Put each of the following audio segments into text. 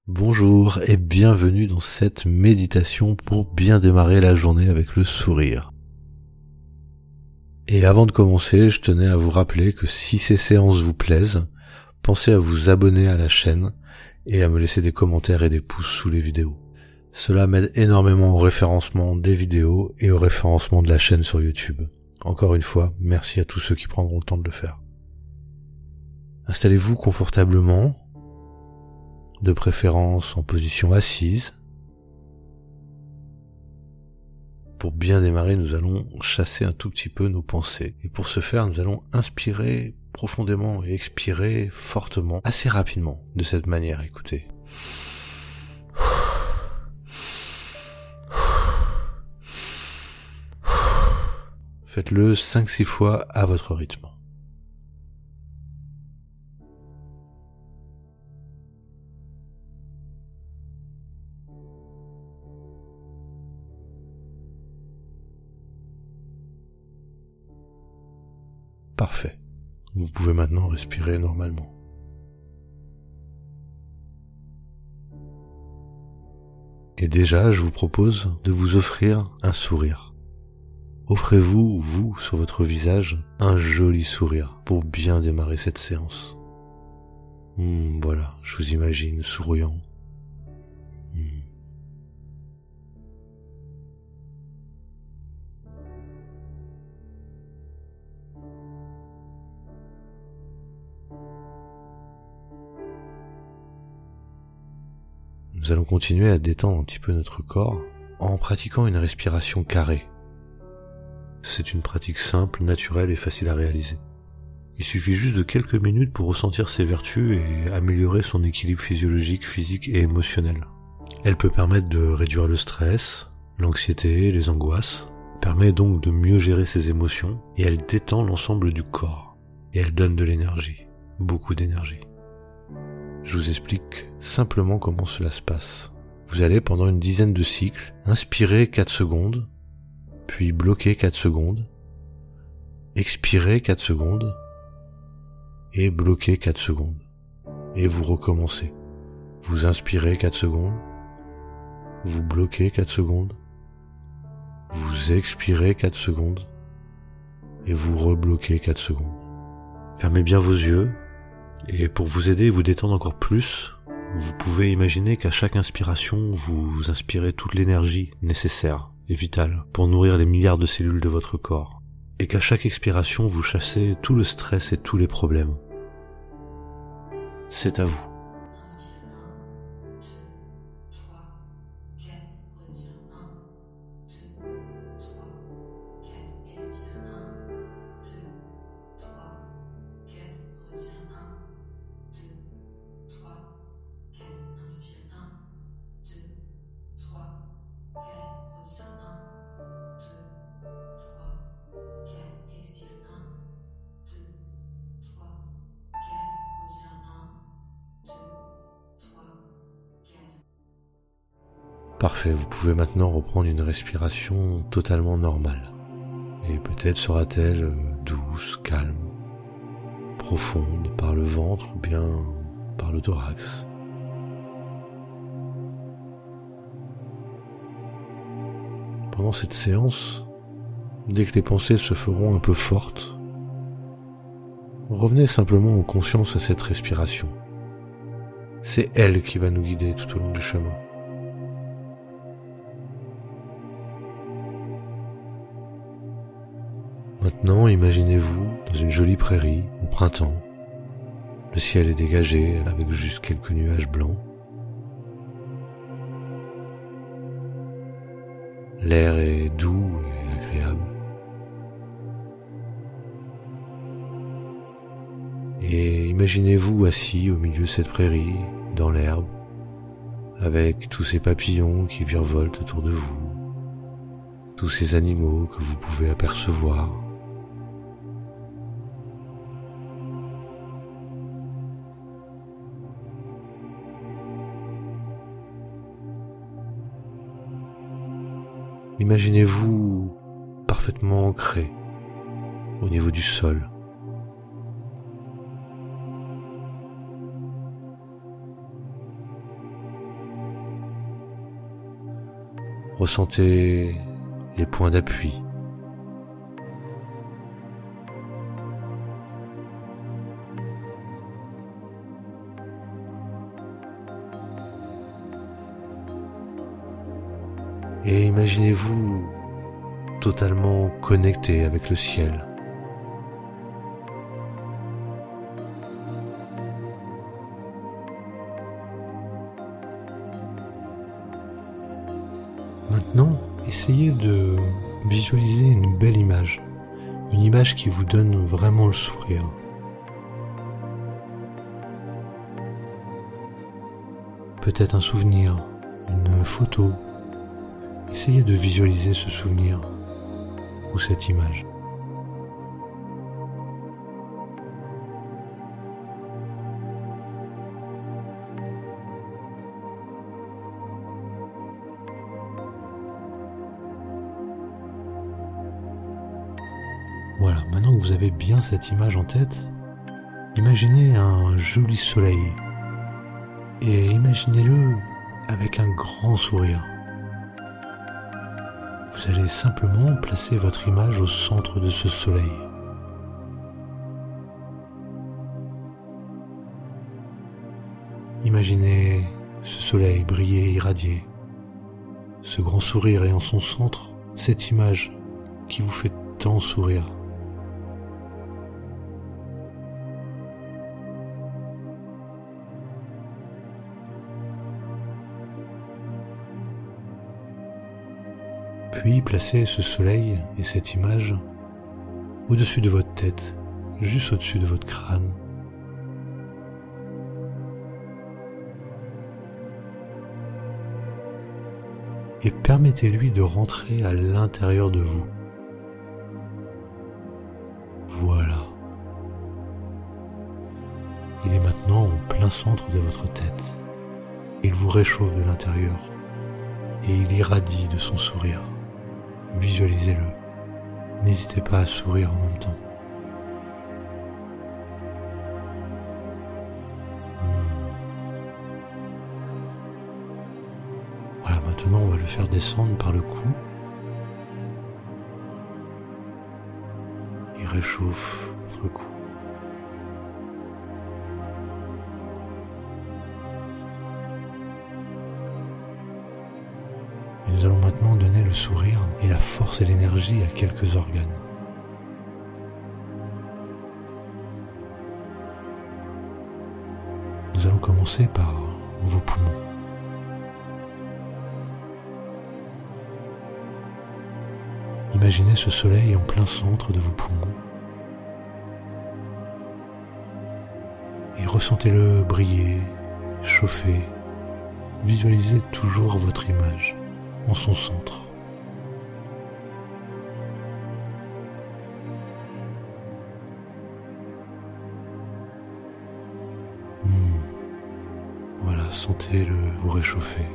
Bonjour et bienvenue dans cette méditation pour bien démarrer la journée avec le sourire. Et avant de commencer, je tenais à vous rappeler que si ces séances vous plaisent, pensez à vous abonner à la chaîne et à me laisser des commentaires et des pouces sous les vidéos. Cela m'aide énormément au référencement des vidéos et au référencement de la chaîne sur YouTube. Encore une fois, merci à tous ceux qui prendront le temps de le faire. Installez-vous confortablement, de préférence en position assise. Pour bien démarrer, nous allons chasser un tout petit peu nos pensées. Et pour ce faire, nous allons inspirer profondément et expirer fortement, assez rapidement, de cette manière, écoutez. Faites-le 5-6 fois à votre rythme. Parfait. Vous pouvez maintenant respirer normalement. Et déjà, je vous propose de vous offrir un sourire. Offrez-vous, vous, sur votre visage, un joli sourire pour bien démarrer cette séance. Voilà, je vous imagine souriant. Nous allons continuer à détendre un petit peu notre corps en pratiquant une respiration carrée. C'est une pratique simple, naturelle et facile à réaliser. Il suffit juste de quelques minutes pour ressentir ses vertus et améliorer son équilibre physiologique, physique et émotionnel. Elle peut permettre de réduire le stress, l'anxiété, les angoisses, permet donc de mieux gérer ses émotions et elle détend l'ensemble du corps. Et elle donne de l'énergie, beaucoup d'énergie. Je vous explique simplement comment cela se passe. Vous allez pendant une dizaine de cycles inspirer 4 secondes, puis bloquer 4 secondes, expirer 4 secondes et bloquer 4 secondes. Et vous recommencez. Vous inspirez 4 secondes, vous bloquez 4 secondes, vous expirez 4 secondes et vous rebloquez 4 secondes. Fermez bien vos yeux. Et pour vous aider et vous détendre encore plus, vous pouvez imaginer qu'à chaque inspiration, vous inspirez toute l'énergie nécessaire et vitale pour nourrir les milliards de cellules de votre corps. Et qu'à chaque expiration, vous chassez tout le stress et tous les problèmes. C'est à vous. Parfait, vous pouvez maintenant reprendre une respiration totalement normale. Et peut-être sera-t-elle douce, calme, profonde par le ventre ou bien par le thorax. Pendant cette séance, dès que les pensées se feront un peu fortes, revenez simplement en conscience à cette respiration. C'est elle qui va nous guider tout au long du chemin. Maintenant, imaginez-vous dans une jolie prairie au printemps. Le ciel est dégagé avec juste quelques nuages blancs. L'air est doux et agréable. Et imaginez-vous assis au milieu de cette prairie, dans l'herbe, avec tous ces papillons qui virevoltent autour de vous, tous ces animaux que vous pouvez apercevoir. Imaginez-vous parfaitement ancré au niveau du sol. Ressentez les points d'appui. Et imaginez-vous totalement connecté avec le ciel. Maintenant, essayez de visualiser une belle image, une image qui vous donne vraiment le sourire. Peut-être un souvenir, une photo. Essayez de visualiser ce souvenir ou cette image. Voilà, maintenant que vous avez bien cette image en tête, imaginez un joli soleil et imaginez-le avec un grand sourire. Vous allez simplement placer votre image au centre de ce soleil. Imaginez ce soleil briller, irradier, ce grand sourire et en son centre, cette image qui vous fait tant sourire. Puis placez ce soleil et cette image au-dessus de votre tête, juste au-dessus de votre crâne. Et permettez-lui de rentrer à l'intérieur de vous. Voilà. Il est maintenant en plein centre de votre tête. Il vous réchauffe de l'intérieur et il irradie de son sourire. Visualisez-le. N'hésitez pas à sourire en même temps. Voilà, maintenant on va le faire descendre par le cou. Il réchauffe votre cou. Et nous allons maintenant donner le sourire et la force et l'énergie à quelques organes. Nous allons commencer par vos poumons. Imaginez ce soleil en plein centre de vos poumons et ressentez-le briller, chauffer. Visualisez toujours votre image en son centre. Voilà, sentez-le vous réchauffer.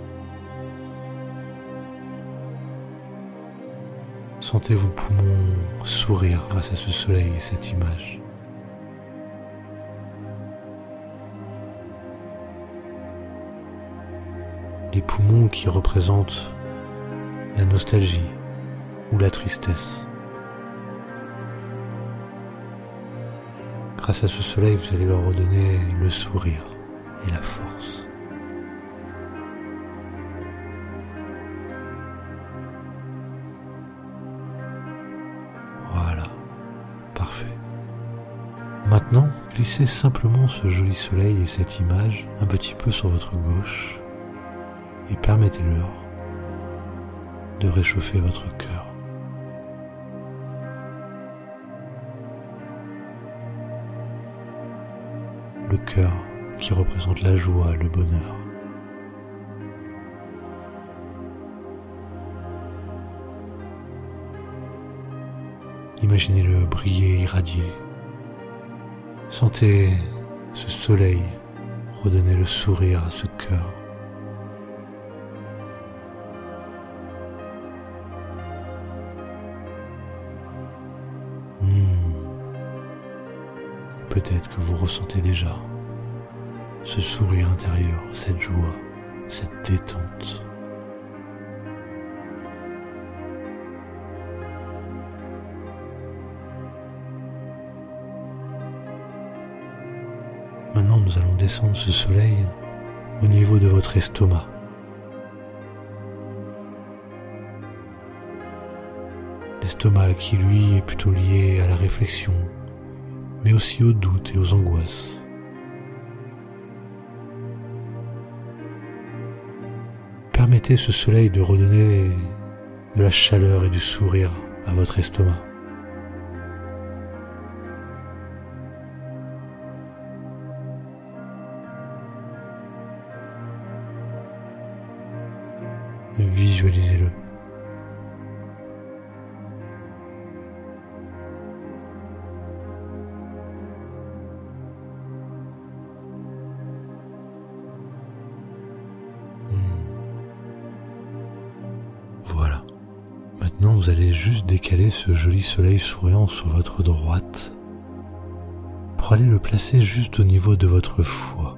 Sentez vos poumons sourire grâce à ce soleil et cette image. Les poumons qui représentent la nostalgie ou la tristesse. Grâce à ce soleil, vous allez leur redonner le sourire et la force. Voilà, parfait. Maintenant, glissez simplement ce joli soleil et cette image un petit peu sur votre gauche et permettez-leur de réchauffer votre cœur. Le cœur qui représente la joie, le bonheur. Imaginez-le briller, irradier. Sentez ce soleil redonner le sourire à ce cœur. Peut-être que vous ressentez déjà ce sourire intérieur, cette joie, cette détente. descendre ce soleil au niveau de votre estomac. L'estomac qui, lui, est plutôt lié à la réflexion, mais aussi aux doutes et aux angoisses. Permettez ce soleil de redonner de la chaleur et du sourire à votre estomac. Visualisez-le. Voilà. Maintenant, vous allez juste décaler ce joli soleil souriant sur votre droite pour aller le placer juste au niveau de votre foie.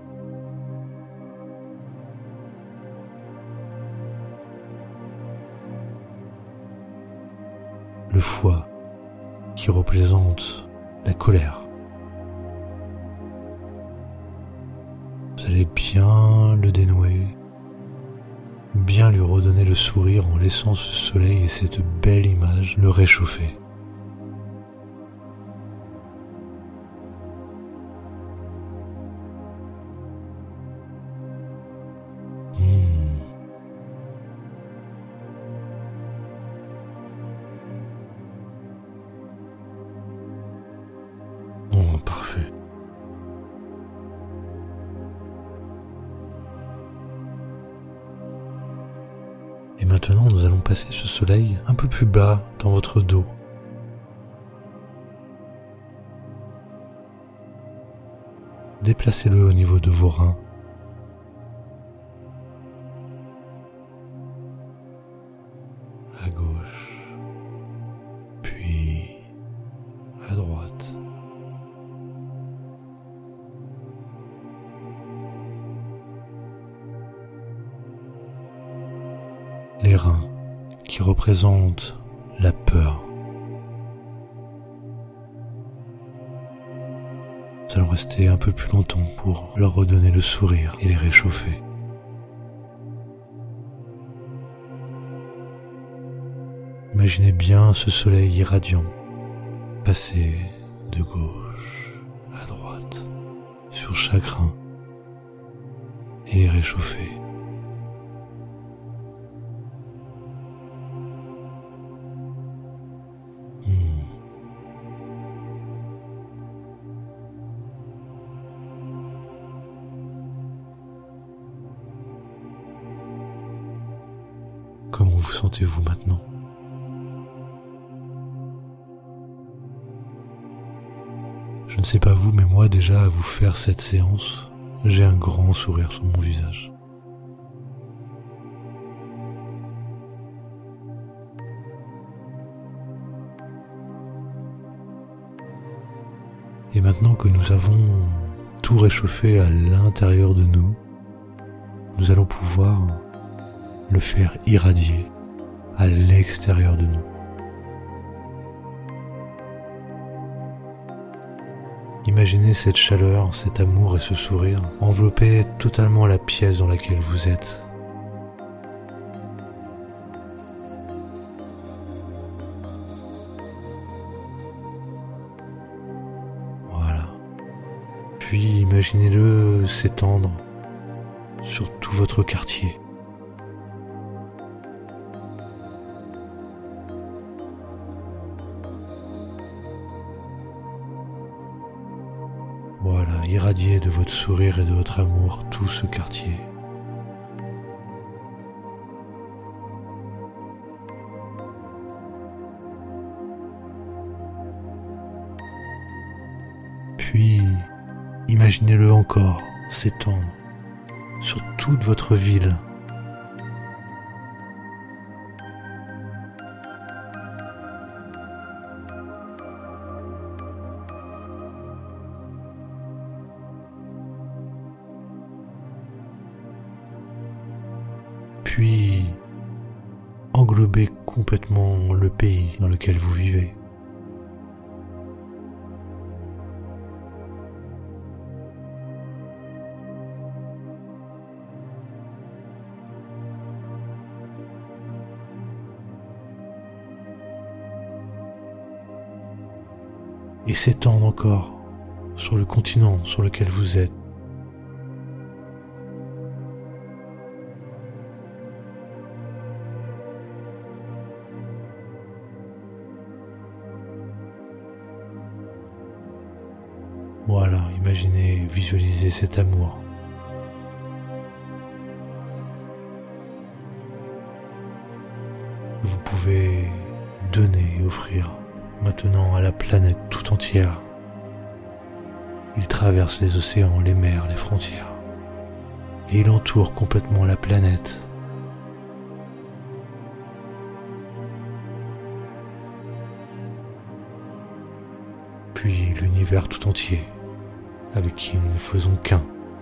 Le foie qui représente la colère. Vous allez bien le dénouer, bien lui redonner le sourire en laissant ce soleil et cette belle image le réchauffer. Oh, parfait. Et maintenant, nous allons passer ce soleil un peu plus bas dans votre dos. Déplacez-le au niveau de vos reins. À gauche, puis à droite. Les reins qui représentent la peur. Nous allons rester un peu plus longtemps pour leur redonner le sourire et les réchauffer. Imaginez bien ce soleil irradiant passer de gauche à droite sur chaque rein et les réchauffer. Comment vous sentez-vous maintenant ? Je ne sais pas vous, mais moi déjà à vous faire cette séance, j'ai un grand sourire sur mon visage. Et maintenant que nous avons tout réchauffé à l'intérieur de nous, nous allons pouvoir le faire irradier à l'extérieur de nous. Imaginez cette chaleur, cet amour et ce sourire envelopper totalement la pièce dans laquelle vous êtes. Voilà. Puis imaginez-le s'étendre sur tout votre quartier. Voilà, irradiez de votre sourire et de votre amour tout ce quartier. Puis, imaginez-le encore s'étendre sur toute votre ville. Puis englober complètement le pays dans lequel vous vivez. et s'étendent encore sur le continent sur lequel vous êtes. Voilà, imaginez, visualisez cet amour. Vous pouvez donner et offrir maintenant à la planète tout entière. Il traverse les océans, les mers, les frontières, et il entoure complètement la planète. Puis l'univers tout entier, avec qui nous ne faisons qu'un.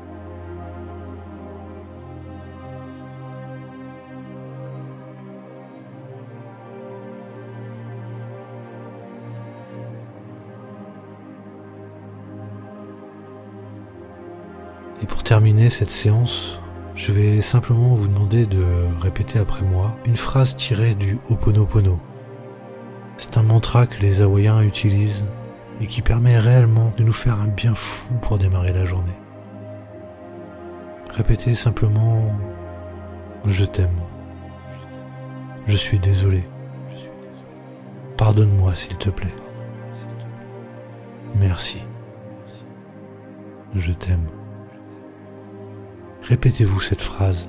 Et pour terminer cette séance, je vais simplement vous demander de répéter après moi une phrase tirée du Ho'oponopono. C'est un mantra que les Hawaïens utilisent et qui permet réellement de nous faire un bien fou pour démarrer la journée. Répétez simplement « Je t'aime »,« Je suis désolé »,« Pardonne-moi s'il te plaît »,« Merci »,« Je t'aime ». Répétez-vous cette phrase.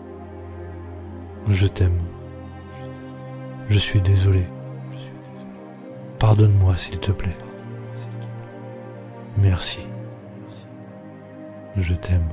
Je t'aime. Je suis désolé. Pardonne-moi s'il te plaît. Merci. Je t'aime.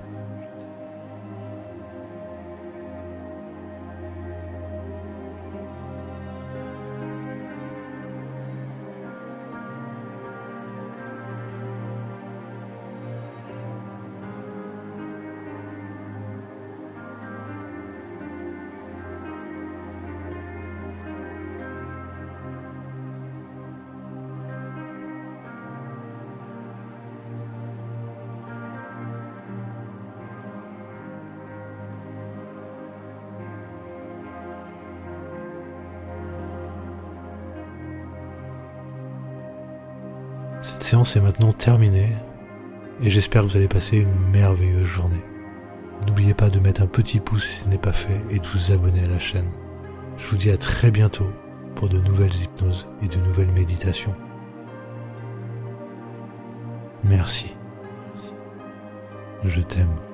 Cette séance est maintenant terminée et j'espère que vous allez passer une merveilleuse journée. N'oubliez pas de mettre un petit pouce si ce n'est pas fait et de vous abonner à la chaîne. Je vous dis à très bientôt pour de nouvelles hypnoses et de nouvelles méditations. Merci. Je t'aime.